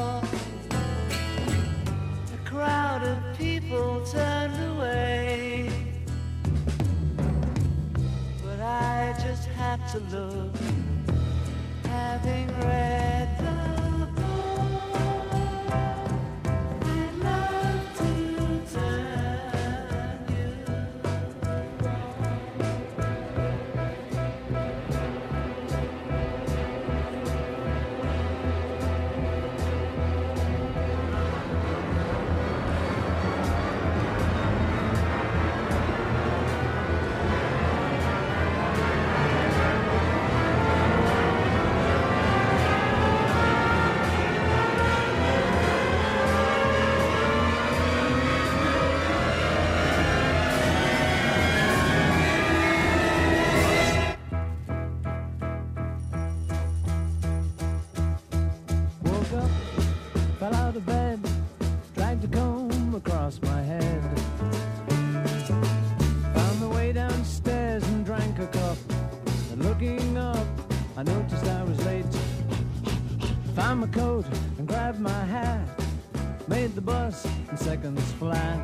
A crowd of people turned away, but I just had to look, having read the book. I'd love to turn you Found my coat and grabbed my hat, made the bus in seconds flat.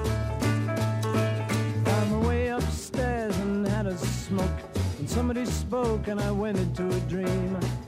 Found my way upstairs and had a smoke, and somebody spoke and I went into a dream.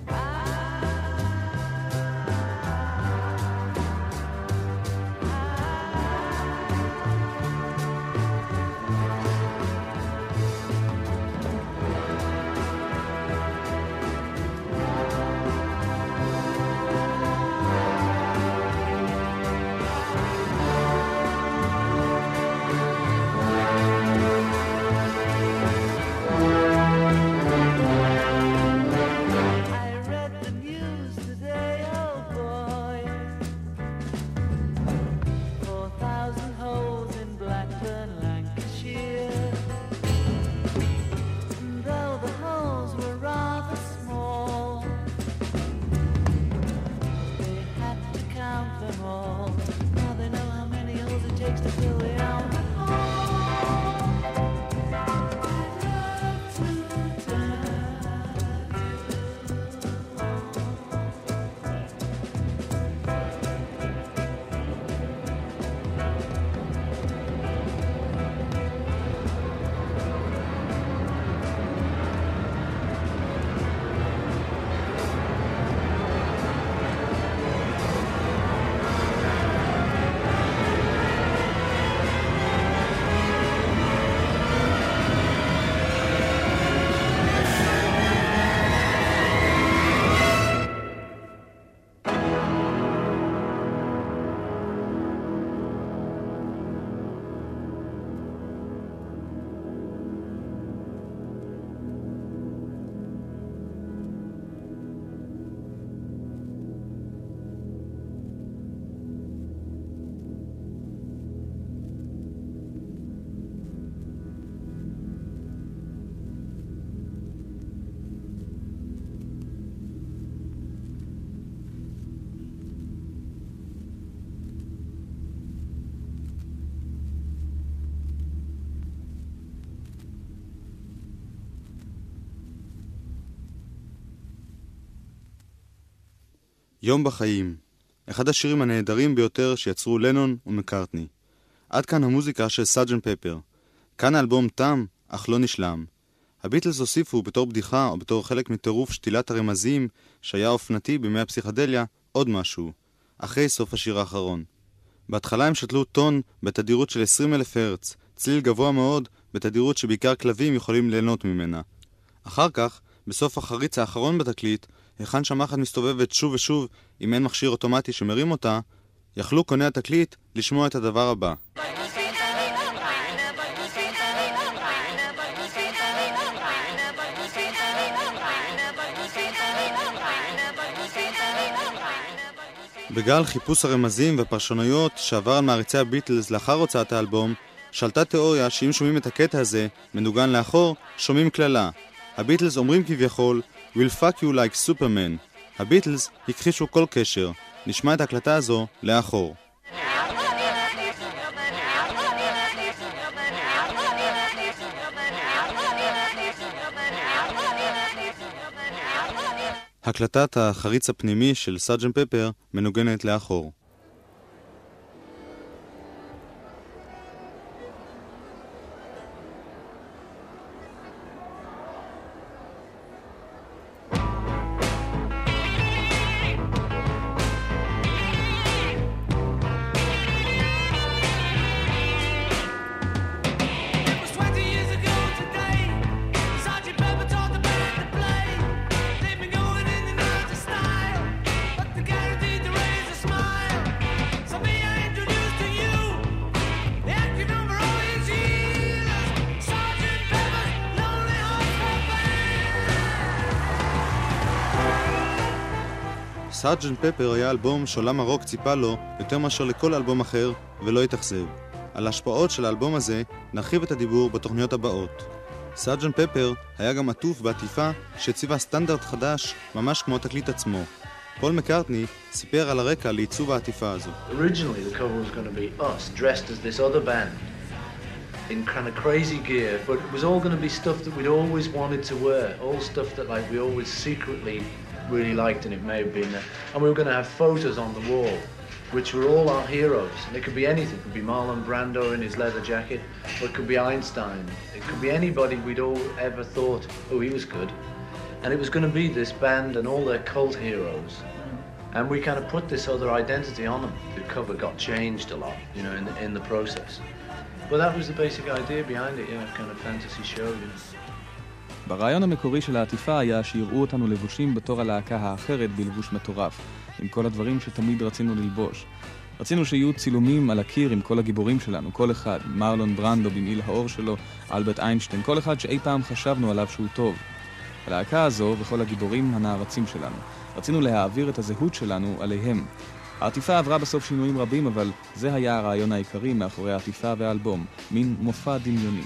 יום בחיים, אחד השירים הנהדרים ביותר שיצרו לנון ומקארטני. עד כאן המוזיקה של סארג'נט פפר. כאן האלבום תם, אך לא נשלם. הביטלס הוסיפו בתור בדיחה או בתור חלק מטירוף שתילת הרמזים שהיה אופנתי בימי הפסיכדליה עוד משהו, אחרי סוף השיר האחרון. בהתחלה הם שתלו טון בתדירות של עשרים אלף הרץ, צליל גבוה מאוד בתדירות שבעיקר כלבים יכולים ליהנות ממנה. אחר כך, בסוף החריץ האחרון בתקליט, היכן שהמחט מסתובבת שוב ושוב אם אין מכשיר אוטומטי שמרים אותה, יכלו קוני התקליט לשמוע את הדבר הבא. בגל חיפוש הרמזים והפרשנויות שעבר על מעריצי הביטלס לאחר הוצאת האלבום, שלטה תיאוריה שאם שומעים את הקטע הזה מנוגן לאחור, שומעים כללה. הביטלס אומרים כביכול We'll fuck you like Superman. הביטלס הכחישו כל קשר. נשמע את ההקלטה הזו לאחור. הקלטת החריץ הפנימי של סארג'נט פפר מנוגנת לאחור. סארג'נט פפר היה אלבום שעולם הרוק ציפה לו יותר מאשר לכל אלבום אחר ולא התאכזב. על ההשפעות של האלבום הזה נרחיב את הדיבור בתוכניות הבאות. סארג'נט פפר היה גם עטוף בעטיפה שהציבה סטנדרט חדש ממש כמו התקליט עצמו. פול מקארטני סיפר על הרקע לעיצוב העטיפה הזו. Originally the cover was going to be us dressed as this other band in kind of crazy gear, but it was all going to be stuff that we'd always wanted to wear, all stuff that like we always secretly really liked, and it may have been there. And we were going to have photos on the wall, which were all our heroes. And it could be anything. It could be Marlon Brando in his leather jacket, or it could be Einstein. It could be anybody we'd all ever thought, oh, he was good. And it was going to be this band and all their cult heroes. And we kind of put this other identity on them. The cover got changed a lot, you know, in the, in the process. But that was the basic idea behind it, yeah, kind of fantasy show, you know. ברעיון המקורי של העטיפה היה שיראו אותנו לבושים בתור הלהקה האחרת בלבוש מטורף, עם כל הדברים שתמיד רצינו ללבוש. רצינו שיהיו צילומים על הקיר עם כל הגיבורים שלנו, כל אחד, מרלון ברנדו במעיל האור שלו, אלברט איינשטיין, כל אחד שאי פעם חשבנו עליו שהוא טוב. הלהקה הזו וכל הגיבורים הנערצים שלנו. רצינו להעביר את הזהות שלנו עליהם. העטיפה עברה בסוף שינויים רבים, אבל זה היה הרעיון העיקרי מאחורי העטיפה והאלבום, מין מופע דמיוני.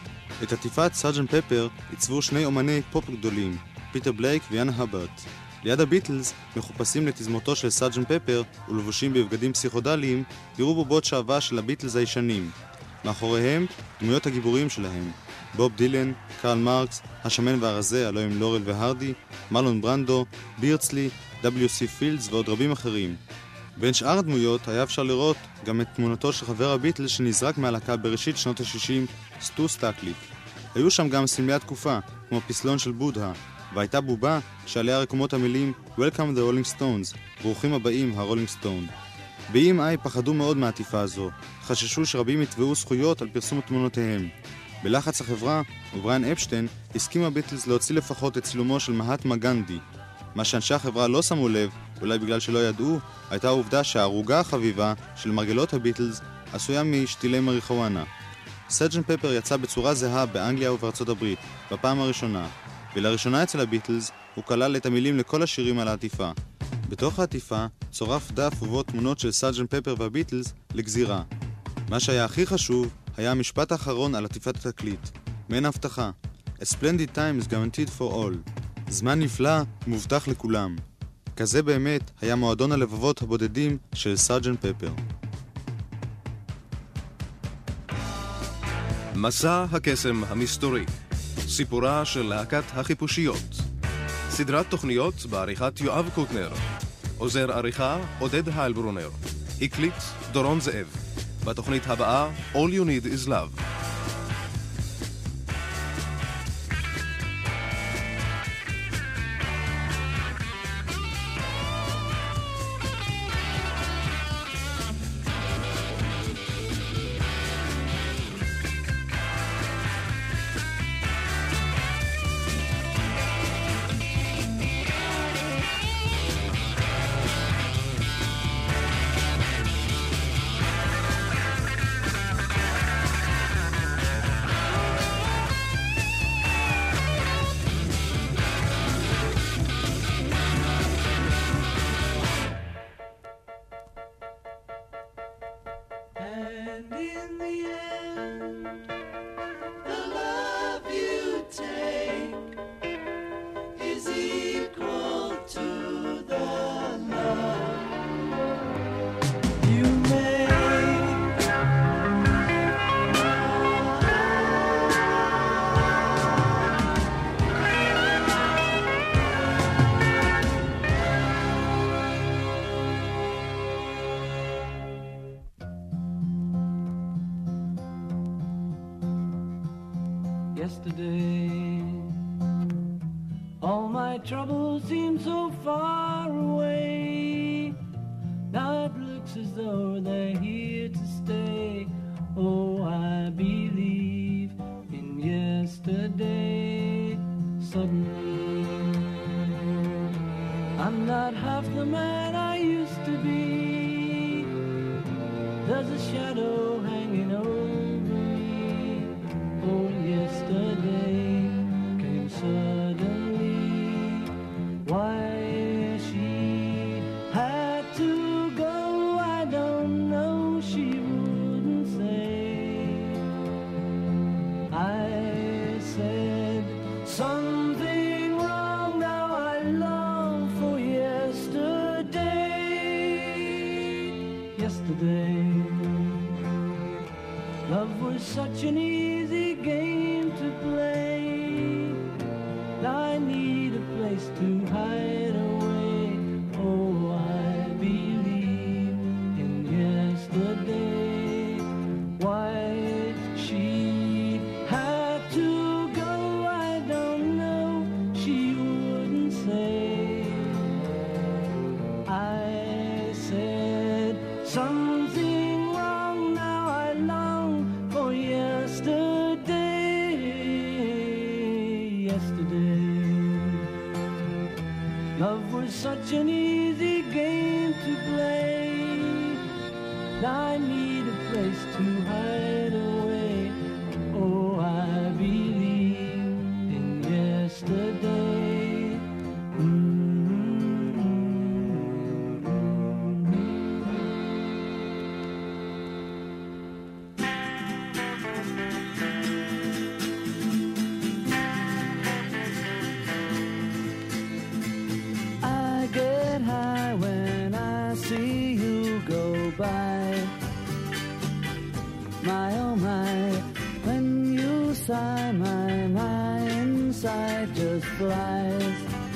את עטיפת סארג'נט פפר עיצבו שני אומני פופ גדולים, פיטר בלייק ויאן הברט. ליד הביטלס, מחופשים לתזמורתו של סארג'נט פפר ולבושים בבגדים פסיכודליים, תראו בובות שעבה של הביטלס הישנים. מאחוריהם, דמויות הגיבורים שלהם. בוב דילן, קרל מרקס, השמן והרזה, הלוא הם לורל והרדי, מרלון ברנדו, בירצלי, דאבליו סי פילדס ועוד רבים אחרים. בין שאר הדמויות היה אפשר לראות גם את תמונתו של חבר הביטלס שנזרק מהלהקה בראשית שנות ה-שישים, סטו סטאקלי. היו שם גם סמלי התקופה, כמו פסלון של בודה, והייתה בובה שעליה רקומות המילים Welcome the Rolling Stones, ברוכים הבאים הרולינג סטון. ב-אי אם איי פחדו מאוד מהעטיפה הזו, חששו שרבים יתבעו זכויות על פרסום תמונותיהם. בלחץ החברה, ובריאן אפשטיין, הסכים הביטלס להוציא לפחות את צילומו של מהטמה גנדי. מה שאנשי החברה לא שמו לב, אולי בגלל שלא ידעו, הייתה העובדה שהערוגה החביבה של מרגלות הביטלס עשויה משתילי מריחואנה. סארג'נט פפר יצא בצורה זהה באנגליה ובארצות הברית, בפעם הראשונה, ולראשונה אצל הביטלס הוא כלל את המילים לכל השירים על העטיפה. בתוך העטיפה צורף דף ובו תמונות של סארג'נט פפר והביטלס לגזירה. מה שהיה הכי חשוב היה המשפט האחרון על עטיפת התקליט, מעין הבטחה. A splendid time is guaranteed for all. זמן נפלא מובטח לכולם. כזה באמת היה מועדון הלבבות הבודדים של סארג'נט פפר. מסע הקסם המסתורי, סיפורה של להקת החיפושיות. סדרת תוכניות בעריכת יואב קוטנר. עוזר עריכה עודד היילברונר. הקליט דורון זאב. בתוכנית הבאה All You Need Is Love. Yesterday, all my troubles seem so far away. Now it looks as though they're here to stay. Oh, I believe in yesterday. Suddenly, I'm not half the man I used to be. There's a shadow hanging over me. Oh, yesterday came suddenly. Why she had to go, I don't know, she wouldn't say. I said something wrong, now I long for yesterday. Yesterday, love was such an easy game to play. I need a place to hide away. something wrong. Now I long for yesterday, yesterday. Love was such an easy game to play. Now I need a place to hide away. Oh, I believe in yesterday. By my oh my, when you sigh, my my inside just flies.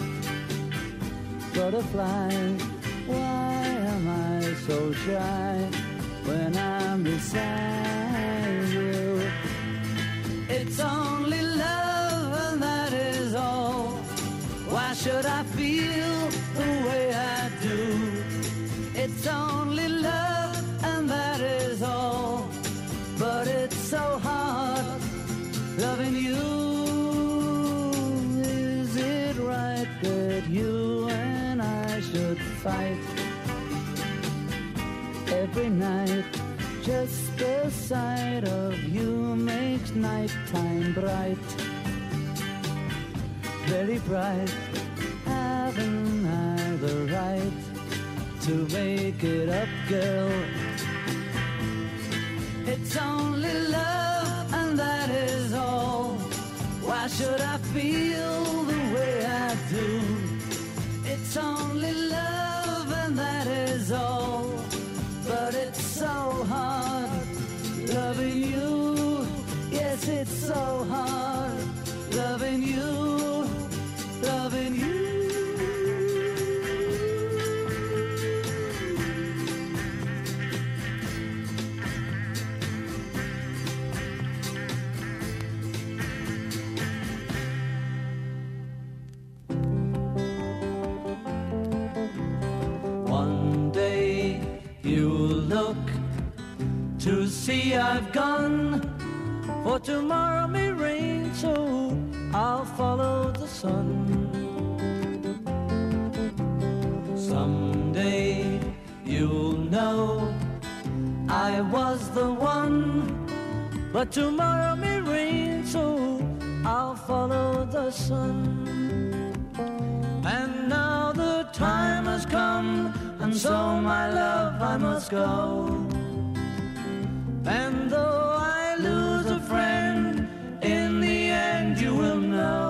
Butterflies, why am I so shy when I'm beside you? It's only love and that is all. Why should I feel the way I do? It's only love and that is all. But it's so hard loving you. Is it right that you and I should fight every night? Just the sight of you makes nighttime bright, very bright. Haven't I the right to make it up, girl? It's only love and that is all. Why should I feel the way I do? It's only love and that is all. But it's so hard loving you. Yes, it's so hard loving you, loving you. Look to see I've gone, for tomorrow may rain, so I'll follow the sun. Someday you'll know I was the one, but tomorrow may rain, so I'll follow the sun. And now the time has come, and so my love I must go. And though I lose a friend, in the end you will know.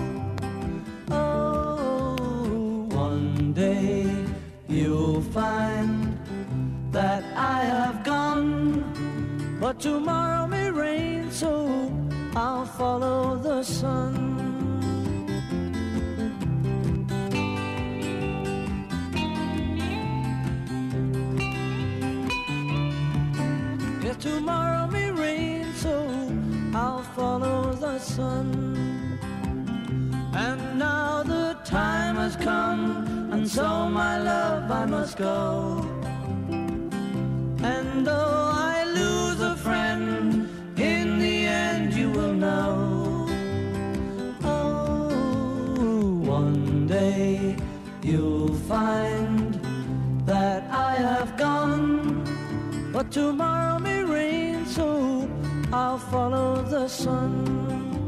Oh, one day you'll find that I have gone, but tomorrow may rain, so I'll follow the sun. Tomorrow may rain, so I'll follow the sun. And now the time has come, and so my love I must go. And though I lose a friend, in the end you will know. Oh, one day you'll find that I have gone, but tomorrow may rain, so I'll follow the sun.